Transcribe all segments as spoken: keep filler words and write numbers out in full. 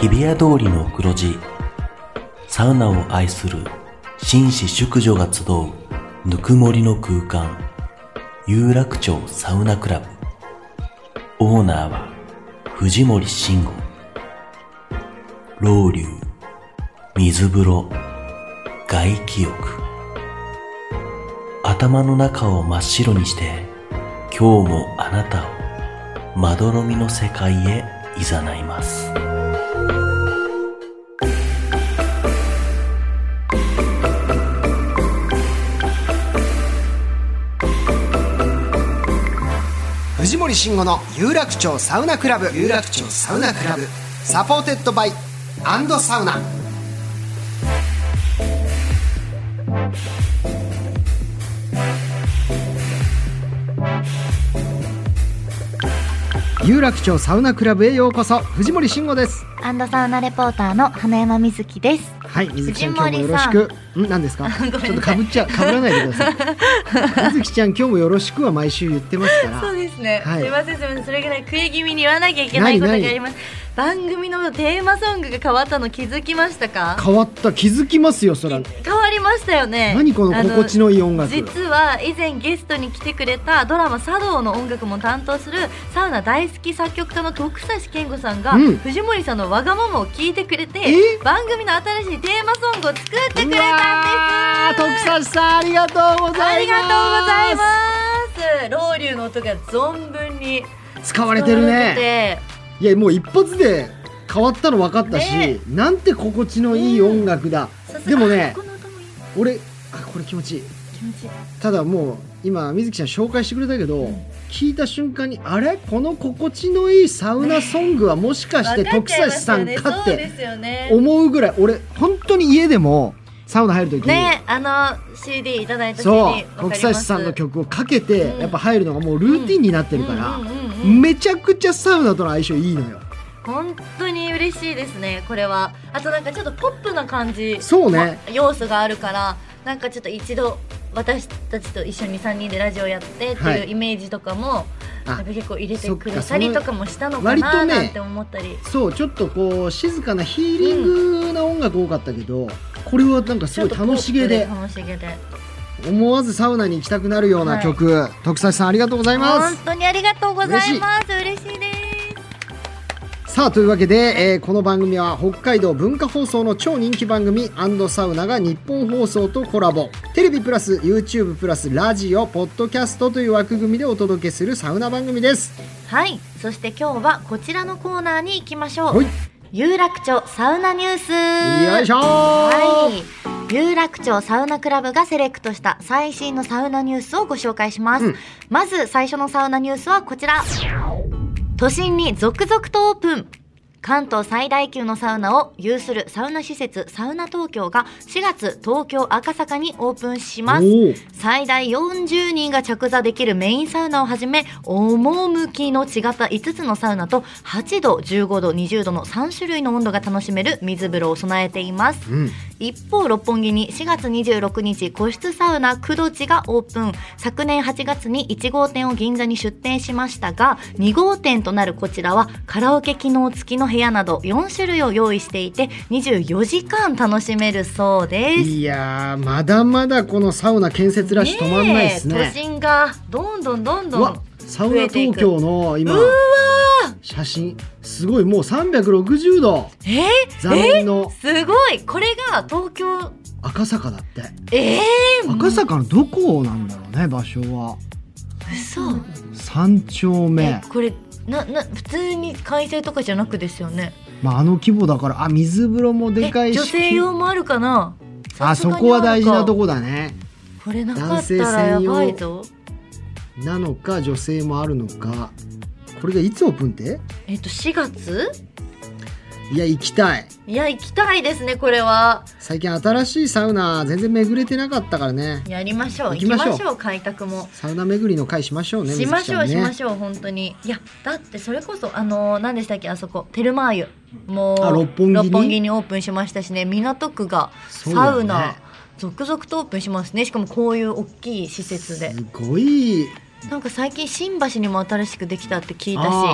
日比谷通りの黒字、サウナを愛する紳士淑女が集うぬくもりの空間、有楽町サウナクラブ。オーナーは藤森慎吾。ロウリュ、水風呂、外気浴。頭の中を真っ白にして今日もあなたをまどろみの世界へ誘います。 藤森慎吾の有楽町サウナクラブ、有楽町サウナクラブサポーテッドバイアンドサウナ。有楽町サウナクラブへようこそ。藤森慎吾です。 アンドサウナレポーターの花山瑞希です。 はい、瑞希ちゃん今日もよろしく。ん、何ですかちょっとかぶっちゃかぶらないでください瑞希ちゃん今日もよろしくは毎週言ってますから。 そうですね、 はい、 すいませんすいません、それぐらい食い気味に言わなきゃいけないことがあります。番組のテーマソングが変わったの気づきましたか？ 変わった、気づきますよ。そら変わりましたよね。 何この心地のいい音楽。 実は以前ゲストに来てくれたドラマ茶道の音楽も担当するサウナ大好き作曲家の徳指健吾さんが、うん、藤森さんのわがままを聞いてくれて番組の新しいテーマソングを作ってくれたんです。 徳指さんありがとうございます。 ありがとうございます。ロウリュの音が存分に使われてるね。いやもう一発で変わったの分かったし、ね、なんて心地のいい音楽だ、うん、でもね俺あこれ気持ちいい気持ちいい。 ただもう今水木ちゃん紹介してくれたけど、うん、聞いた瞬間にあれこの心地のいいサウナソングはもしかして徳指さんかって思うぐらい、俺本当に家でもサウナ入るときにね、あの シーディー いただいた シーディーそう徳指さんの曲をかけて、うん、やっぱ入るのがもうルーティンになってるから、めちゃくちゃサウナとの相性いいのよ。 本当に嬉しいですねこれは。あとなんかちょっとポップな感じ、 そうね、 要素があるから、なんかちょっと一度私たちと一緒にさんにんでラジオやってっていうイメージとかも、はい、なんか結構入れてくれたりとかもしたのかななんて思ったり、ね、 そうちょっとこう静かなヒーリングな音楽多かったけど、うん、これはなんかすごい楽しげで楽しげで思わずサウナに行きたくなるような曲、はい、徳指さんありがとうございます。 本当にありがとうございます。嬉しいです。 さあというわけで、えー、この番組は北海道文化放送の超人気番組&サウナが日本放送とコラボ、テレビプラス YouTube プラスラジオポッドキャストという枠組みでお届けするサウナ番組です。 はい、そして今日はこちらのコーナーに行きましょう。有楽町サウナニュース。 よいしょー。 はい、有楽町サウナクラブがセレクトした最新のサウナニュースをご紹介します、うん、まず最初のサウナニュースはこちら。都心に続々とオープン。関東最大級のサウナを有するサウナ施設サウナ東京がしがつ東京赤坂にオープンします。最大よんじゅうにんが着座できるメインサウナをはじめ、趣の違ったいつつのサウナとはちど、じゅうごど、にじゅうどのさんしゅるいの温度が楽しめる水風呂を備えています、うん、一方六本木にしがつにじゅうろくにち個室サウナくどちがオープン。昨年はちがつにいちごうてんを銀座に出店しましたが、にごうてんとなるこちらはカラオケ機能付きの部屋などよんしゅるいを用意していてにじゅうよじかん楽しめるそうです。 いやーまだまだこのサウナ建設ラッシュ止まんないですね。 都心がどんどんどんどんサウナ東京の今写真すごい、もうさんびゃくろくじゅうど、 えー、 座面の、 えー、すごい。これが東京赤坂だって。 えー、 赤坂のどこなんだろうね、場所は。 嘘。 三丁目。 これなな普通に快晴とかじゃなくですよね。 まあ、あの規模だから、あ、水風呂もでかいし、 女性用もあるかな。 あ、そこは大事なとこだね。 これなかったらやばいぞ。 なのか女性もあるのか。これがいつオープンって？ えっとしがつ？ いや行きたい。 いや行きたいですね。これは最近新しいサウナ全然巡れてなかったからね。 やりましょう。行きましょう。開拓もサウナ巡りの会しましょうね。 しましょう、ね、しましょう。本当に。いやだってそれこそあの何でしたっけ、あそこテルマー湯もう六本木に六本木にオープンしましたしね。港区がサウナ、ね、続々とオープンしますね。しかもこういう大きい施設で。 すごい。 なんか最近新橋にも新しくできたって聞いたし、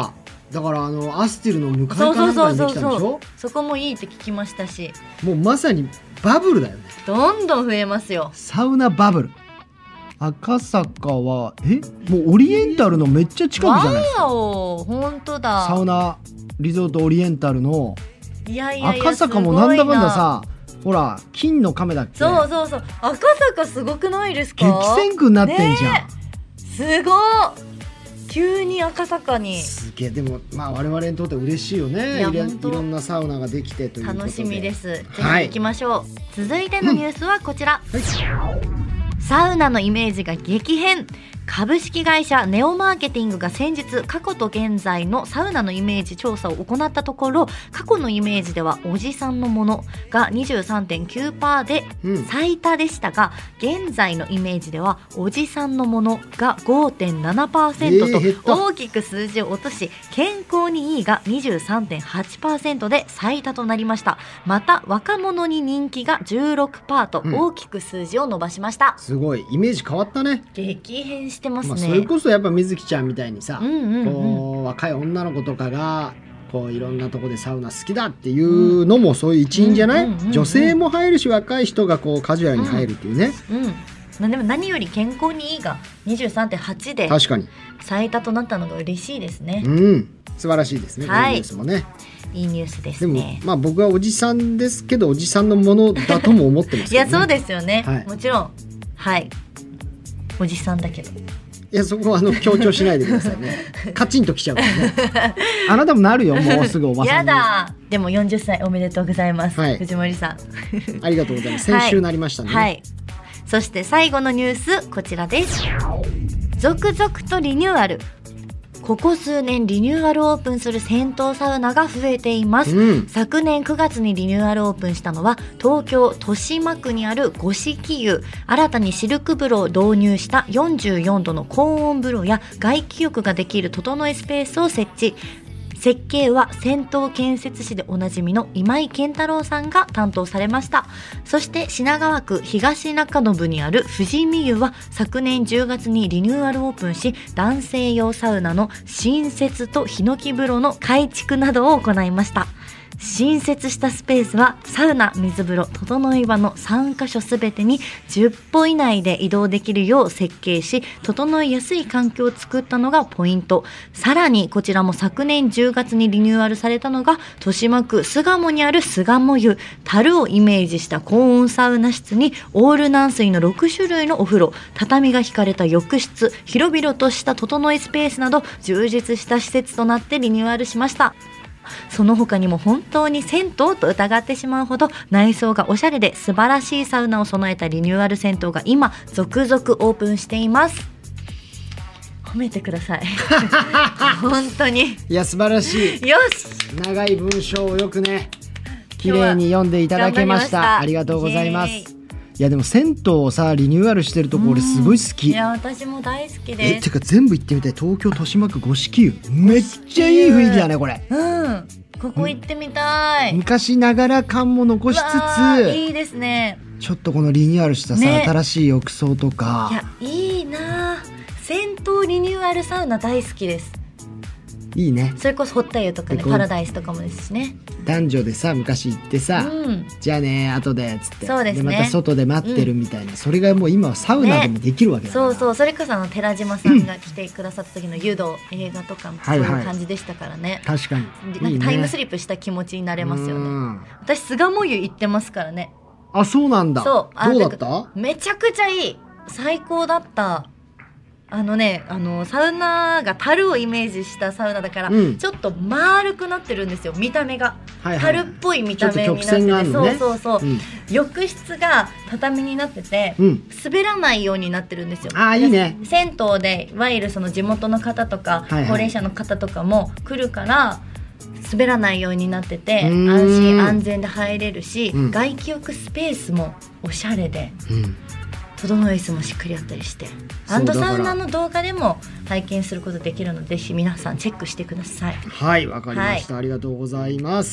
だからあのアスティルの向かいかなんかにできたんでしょ。 そうそうそうそう、そこもいいって聞きましたし、 もうまさにバブルだよね。 どんどん増えますよ、 サウナバブル。赤坂はえもうオリエンタルのめっちゃ近くじゃないですか。 わお、本当だ。 サウナリゾートオリエンタルのいやいやいや、 赤坂もなんだかんださ、ほら金の亀だっけ。 そうそうそう、赤坂すごくないですか。 激戦区になってんじゃん、 ね、すごい、急に赤坂に。 すげえ。でもまあ我々にとって嬉しいよね。いいやろい本当ろんなサウナができてということで楽しみです。ぜひはい行きましょう、続いてのニュースはこちら、 はいサウナのイメージが激変。株式会社ネオマーケティングが先日過去と現在のサウナのイメージ調査を行ったところ、過去のイメージではおじさんのものが にじゅうさんてんきゅうパーセント でうん最多でしたが、現在のイメージではおじさんのものが ごてんななパーセントえー減ったと大きく数字を落とし、健康にいいが にじゅうさんてんはちパーセント で最多となりました。また若者に人気が じゅうろくパーセント とうん大きく数字を伸ばしました。 すごいイメージ変わったね。 激変してますまあ、 ね。 それこそやっぱ水木ちゃんみたいにさ、 うんうんうん、 こう若い女の子とかがこういろんなとこでサウナ好きだっていうのもそういう一因じゃない、 うんうんうんうん、 女性も入るし若い人がこうカジュアルに入るっていうね、 うんうん、まあ、でも何より健康にいいが にじゅうさんてんはち で確かに最多となったのが嬉しいですね。 うん素晴らしいですね、 はい、 このニュースもね。 いいニュースですでもね。 まあ僕はおじさんですけどおじさんのものだとも思ってますけど、ね、 いやそうですよね、 はい、 もちろんはいおじさんだけど、 いやそこはあの強調しないでくださいねカチンときちゃうからねあなたもなるよもうすぐおばさんに。 やだ。でもよんじゅっさいおめでとうございます、 はい、 藤森さんありがとうございます。先週なりましたね、 はい、はい、そして最後のニュースこちらです。続々とリニューアル。ここ数年リニューアルオープンする銭湯サウナが増えています、うん、昨年くがつにリニューアルオープンしたのは東京豊島区にある五色湯。新たにシルク風呂を導入したよんじゅうよんどの高温風呂や外気浴ができる整えスペースを設置。設計は銭湯建設士でおなじみの今井健太郎さんが担当されました。そして品川区東中延にある富士見湯は昨年じゅうがつにリニューアルオープンし、男性用サウナの新設とヒノキ風呂の改築などを行いました。新設したスペースはサウナ、水風呂、整い場のさんかしょすべてにじゅっぽ以内で移動できるよう設計し、整いやすい環境を作ったのがポイント。さらにこちらも昨年じゅうがつにリニューアルされたのが豊島区巣鴨にある巣鴨湯。樽をイメージした高温サウナ室にオール軟水のろくしゅるいのお風呂、畳が引かれた浴室、広々とした整いスペースなど充実した施設となってリニューアルしました。その他にも本当に銭湯と疑ってしまうほど内装がおしゃれで素晴らしいサウナを備えたリニューアル銭湯が今続々オープンしています。褒めてください本当にいや素晴らしい。 よし、 長い文章をよくね綺麗に読んでいただけました。 ましたありがとうございます。いやでも銭湯をさリニューアルしてるとこ俺すごい好き。 いや私も大好きです。 えてか全部行ってみたい。東京豊島区五色湯めっちゃいい雰囲気だねこれ。 うんここ行ってみたい。 昔ながら感も残しつついいですね。 ちょっとこのリニューアルしたさ、ね、新しい浴槽とか。 いやいいな。銭湯リニューアルサウナ大好きです。 いいね。 それこそホッタ湯とかねパラダイスとかもですしね。 男女でさ昔行ってさ、うん、じゃあね後でつってそうですね、 でまた外で待ってるみたいな、うん、それがもう今はサウナでもできるわけだから、 ね、そうそうそれこそあの寺島さんが来てくださった時の湯道映画とかもそういう感じでしたからね、 はいはい、確かになんかタイムスリップした気持ちになれますよね。いいね。私巣鴨湯行ってますからね。 あそうなんだ。 そうどうだった？ めちゃくちゃいい。最高だった。あのね、あのサウナが樽をイメージしたサウナだから、うん、ちょっと丸くなってるんですよ見た目が、はいはい、樽っぽい見た目になってて、ね、そうそうそう、うん、浴室が畳になってて、うん、滑らないようになってるんですよ。 あいいね。 銭湯でいわゆるその地元の方とか、はいはい、高齢者の方とかも来るから滑らないようになってて安心安全で入れるし、うん、外気浴スペースもおしゃれで、うん整い椅子もしっかりあったりしてアンドサウナの動画でも体験することできるのでぜひ皆さんチェックしてください。 はいわかりました、はい、ありがとうございます。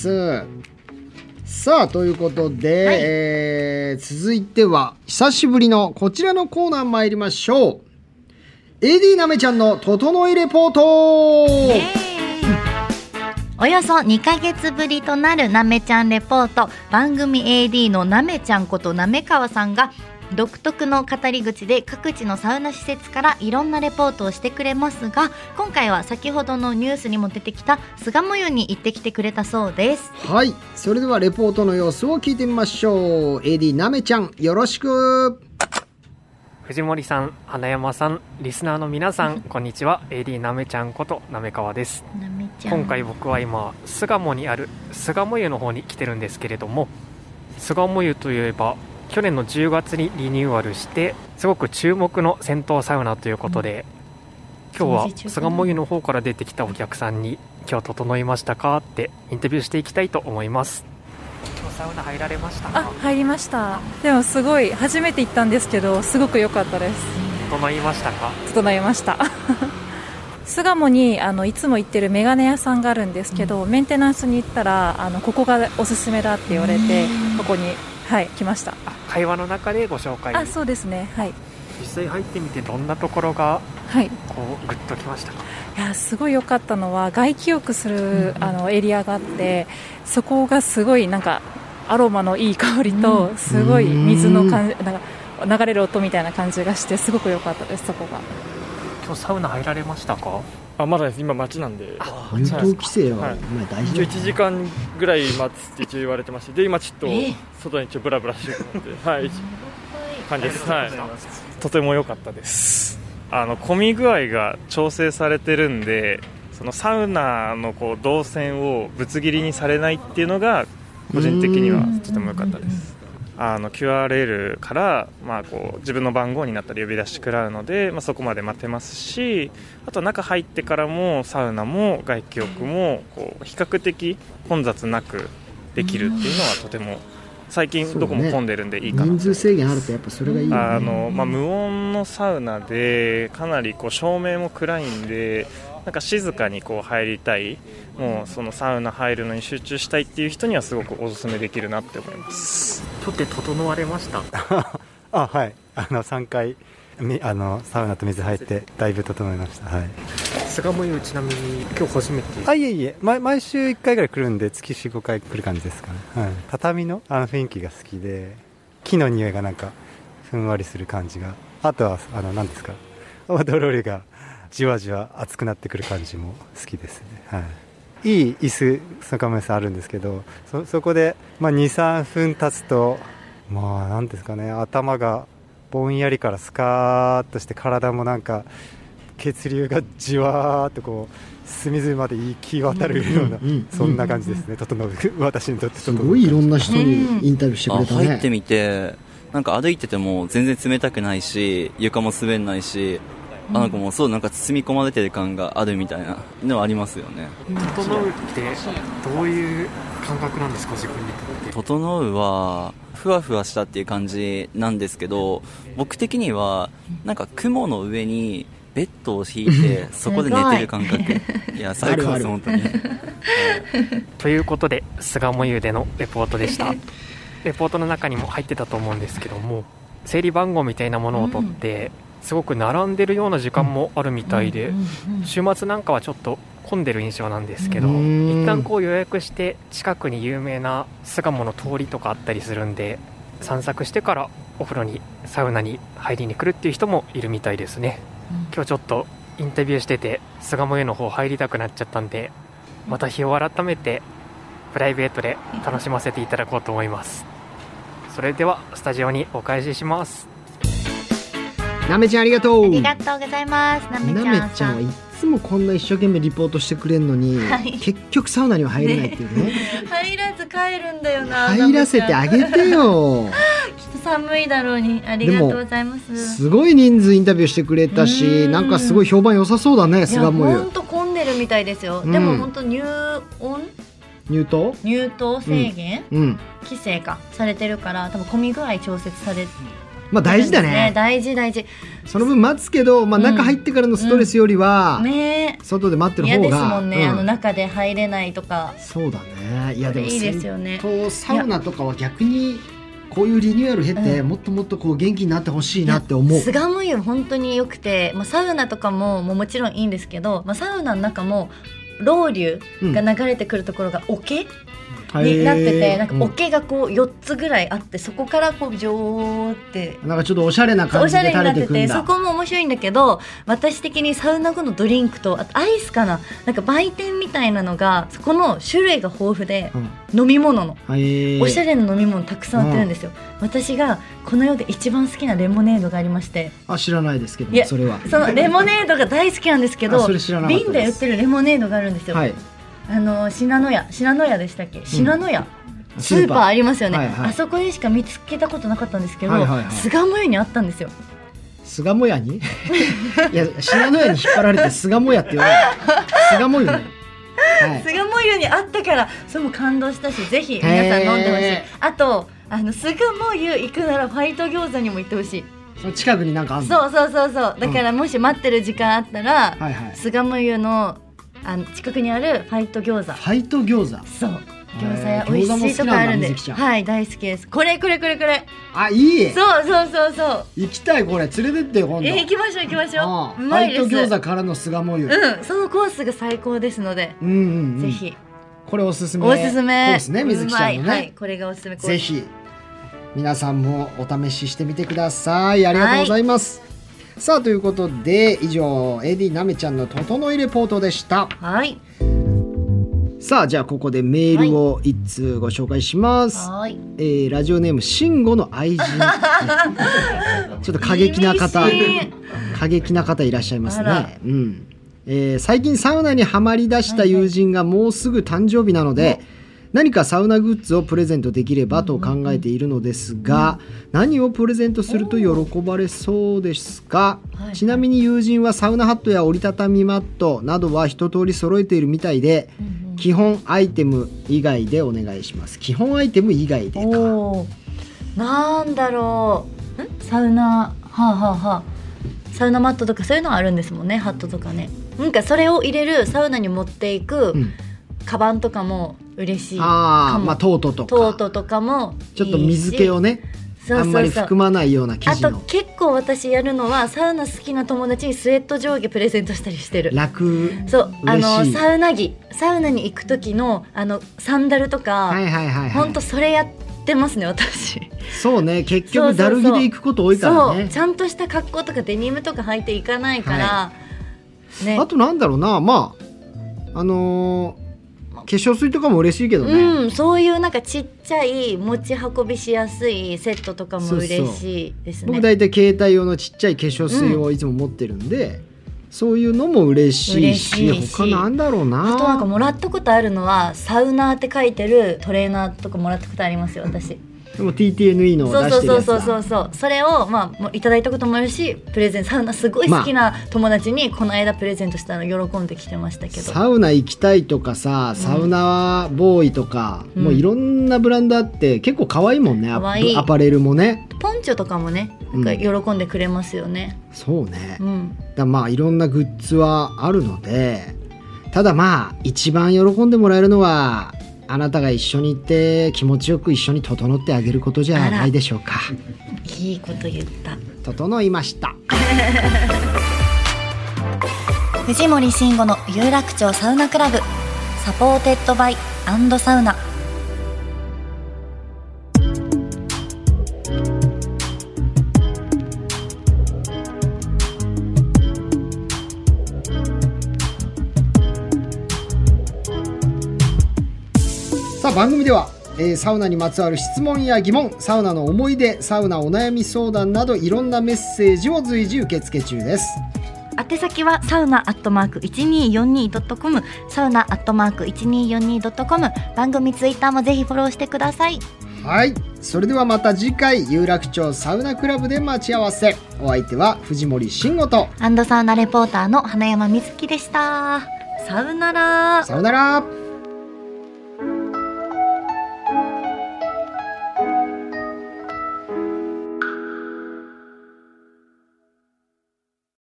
さあということで、はいえー、続いては久しぶりのこちらのコーナー参りましょう。 エーディー なめちゃんの整いレポート。 およそにかげつぶりとなるなめちゃんレポート、番組 エーディー のなめちゃんことなめかわさんが独特の語り口で各地のサウナ施設からいろんなレポートをしてくれますが、今回は先ほどのニュースにも出てきた巣鴨湯に行ってきてくれたそうです。 はい、それではレポートの様子を聞いてみましょう。 エーディー なめちゃん、よろしく。 藤森さん、花山さん、リスナーの皆さん、こんにちは。 エーディー なめちゃんことなめかわです。 なめちゃん、 今回僕は今巣鴨にある巣鴨湯の方に来てるんですけれども、巣鴨湯といえば去年のじゅうがつにリニューアルしてすごく注目の銭湯サウナということで、うん、今日は巣鴨湯の方から出てきたお客さんに今日整いましたかってインタビューしていきたいと思います。今日サウナ入られましたか？ あ、入りました。でもすごい初めて行ったんですけど、すごく良かったです。 整いましたか？ 整いました巣鴨にあのいつも行ってるメガネ屋さんがあるんですけど、うん、メンテナンスに行ったらあのここがおすすめだって言われて、ここに、はい、来ました。 会話の中でご紹介。 あ、そうですね、はい。 実際入ってみてどんなところが、はい、こうグッときましたか？ いや、すごい良かったのは外気浴する、うん、あのエリアがあって、そこがすごいなんかアロマのいい香りと、すごい水の感じ、なんか流れる音みたいな感じがしてすごく良かったです。そこが。 今日サウナ入られましたか？ あ、まだです。今待ちなんで。 入湯規制は、はい、大事だ。 いちじかんぐらい待つって一応言われてまして、で今ちょっと外にちょっとブラブラしようと思って、はい、感じです。はい、とても良かったです。あの混み具合が調整されてるんで、そのサウナのこう動線をぶつ切りにされないっていうのが個人的にはとても良かったです。あの キューアールエル から、まあ、こう自分の番号になったら呼び出して食らうので、まあ、そこまで待てますし、あと中入ってからもサウナも外気浴もこう比較的混雑なくできるっていうのはとても最近どこも混んでるんでいいかな、ね、 人数制限あるとやっぱそれがいいよね。 あの、まあ、無音のサウナでかなりこう照明も暗いんで、なんか静かにこう入りたい、もうそのサウナ入るのに集中したいっていう人にはすごくおすすめできるなって思います。 とって整われましたあ、はい、あのさんかいあのサウナと水入ってだいぶ整いました。はい。 巣鴨湯、ちなみに今日初めて？ あ、いえいえ、毎, 毎週いっかいぐらい来るんで月 よん,ご 回来る感じですかね。はい、畳のあの雰囲気が好きで、木の匂いがなんかふんわりする感じが、あとはあの何ですか、泥りがじわじわ熱くなってくる感じも好きですね。はい、いい椅子巣鴨湯さんあるんですけど、 そ, そこで、まあ、にさんぷん経つと、まあ何ですかね、頭がぼんやりからスカーッとして、体もなんか血流がじわーっとこう隅々まで行き渡るような、うんうん、そんな感じですね。整う、私にとってすごいいろんな人にインタビューしてくれたね。 入ってみて、なんか歩いてても全然冷たくないし、床も滑んないし、あの子もそうなんか包み込まれてる感があるみたいなのはありますよね。 整うってどういう感覚なんですか、自分にとって？ 整うはふわふわしたっていう感じなんですけど、僕的にはなんか雲の上にベッドを敷いてそこで寝てる感覚いや最高です本当に、はい、 ということで巣鴨湯でのレポートでした。レポートの中にも入ってたと思うんですけども、整理番号みたいなものを取ってすごく並んでるような時間もあるみたいで、週末なんかはちょっと混んでる印象なんですけど、一旦こう予約して近くに有名な巣鴨の通りとかあったりするんで、散策してからお風呂にサウナに入りに来るっていう人もいるみたいですね。今日ちょっとインタビューしてて巣鴨湯の方入りたくなっちゃったんで、また日を改めてプライベートで楽しませていただこうと思います。それではスタジオにお返しします。 なめちゃんありがとう。 ありがとうございます。なめちゃんさん、 なめちゃんはいつもこんな一生懸命リポートしてくれるのに、はい、結局サウナには入れないっていうね。 入らず帰るんだよな。 入らせてあげてよ。 きっと寒いだろうに。ありがとうございます。 すごい人数インタビューしてくれたし、なんかすごい評判良さそうだね。巣鴨湯。 本当混んでるみたいですよ。うん、でも本当入温入湯入湯制限、 うんうん、 規制かされてるから、多分混み具合調節されて、 まあ大事だね。 大事大事。 その分待つけど、まあ、中入ってからのストレスよりは、うんうんね、外で待ってる方が嫌ですもんね、うん、あの中で入れないとか。 そうだね。いやでもいいですよね。 サウナとかは逆にこういうリニューアル経て、うん、もっともっとこう元気になってほしいなって思う。 巣鴨湯本当に良くて、まあ、サウナとかももうもちろんいいんですけど、まあ、サウナの中もロウリュが流れてくるところが桶になってて、なんか桶がこうよっつぐらいあって、そこからこうジョーってなんかちょっとおしゃれな感じで垂れてくんだ。 そこも面白いんだけど、私的にサウナ後のドリンクとあとアイスかな、なんか売店みたいなのがそこの種類が豊富で、うん、飲み物のおしゃれな飲み物たくさん売ってるんですよ、うん、私がこの世で一番好きなレモネードがありまして。 あ、知らないですけど、それはそのレモネードが大好きなんですけど、瓶で売ってるレモネードがあるんですよ、はい、あの信濃屋信濃屋でしたっけ、信濃屋、うん、スーパーありますよね、はいはい、あそこでしか見つけたことなかったんですけど、はいはいはい、巣鴨湯にあったんですよ。 巣鴨屋にいや信濃屋に引っ張られて巣鴨屋って言わない巣鴨湯ね、 巣鴨湯にあったからそれも感動したし、ぜひ皆さん飲んでほしい。あとあの巣鴨湯行くならファイト餃子にも行ってほしい。 その近くになんかあるの？ そうそうそうそう、だからもし待ってる時間あったら、うん、はいはい、巣鴨湯のあの近くにあるファイト餃子。ファイト餃子。 そう。餃子屋美味しいとこあるんで、はい、大好きです。これこれこれこれ。 あ、いい。 そうそうそうそう。 行きたい、これ連れてってよ今度。 えー、行きましょう行きましょう。 ああ、うまいです。ファイト餃子からの巣鴨湯。 うん、そのコースが最高ですので、 うんうんうん、 ぜひ。 これおすすめ。 おすすめ。 コースね、水木ちゃんのね。 はい、これがおすすめコース。 ぜひ皆さんもお試ししてみてください。ありがとうございます。はい、さあということで以上 エーディー なめちゃんの整いレポートでした。 はい。 さあじゃあここでメールを一通ご紹介します。はい、えー、ラジオネーム慎吾の愛人ちょっと過激な方過激な方いらっしゃいますね。うん、えー、最近サウナにはまりだした友人がもうすぐ誕生日なので、はいはい、何かサウナグッズをプレゼントできればと考えているのですが、何をプレゼントすると喜ばれそうですか？はい、ちなみに友人はサウナハットや折りたたみマットなどは一通り揃えているみたいで、うんうん、基本アイテム以外でお願いします。基本アイテム以外でか。 なんだろう、んサウナはあ、はあはあ、サウナマットとかそういうのあるんですもんね、ハットとかね。なんかそれを入れるサウナに持っていく、うん、カバンとかも嬉しいかも。 あ、まあ、トートとかトートとかもいいし、 ちょっと水気をね、そうそうそう、あんまり含まないような生地の。 あと結構私やるのはサウナ好きな友達にスウェット上下プレゼントしたりしてる。 楽。 そう、あのサウナ着、サウナに行く時のあのサンダルとか、はいはいはいはい、ほんとそれやってますね私。 そうね、結局だる着で行くこと多いからね。そうそうそう、 ちゃんとした格好とかデニムとか履いていかないから、はい、ね。あとなんだろうな、まああのー化粧水とかも嬉しいけどね、 うん、そういうなんかちっちゃい持ち運びしやすいセットとかも嬉しいですね。そうそう、 僕大体携帯用のちっちゃい化粧水をいつも持ってるんで、うん、そういうのも嬉しいし、し他なんだろうな。 あとなんかもらったことあるのはサウナーって書いてるトレーナーとかもらったことありますよ私。 でも ティーティーエヌイー の出してるやつだ。 そうそうそうそうそう、それをまあいただいたこともあるし、プレゼンサウナすごい好きな友達にこの間プレゼントしたの喜んできてましたけど、 サウナ行きたいとかさ、サウナボーイとか、うん、もういろんなブランドあって結構可愛いもんね、可愛いアパレルもね。 ポンチョとかもね、なんか喜んでくれますよね、 うん、そうね、うん、だまあいろんなグッズはあるので、ただまあ一番喜んでもらえるのはあなたが一緒に行って気持ちよく一緒に整ってあげることじゃないでしょうか。 いいこと言った。 整いました藤森慎吾の有楽町サウナクラブ、サポーテッドバイ&サウナ。 番組では、えー、サウナにまつわる質問や疑問、サウナの思い出、サウナお悩み相談などいろんなメッセージを随時受付中です。 宛先はサウナアットマーク いちにーよんにードットコム、 サウナアットマーク いちにーよんにードットコム、 番組ツイッターもぜひフォローしてください。 はい、それではまた次回有楽町サウナクラブで待ち合わせ。お相手は藤森慎吾とアンドサウナレポーターの花山瑞希でした。さよなら。 さよなら。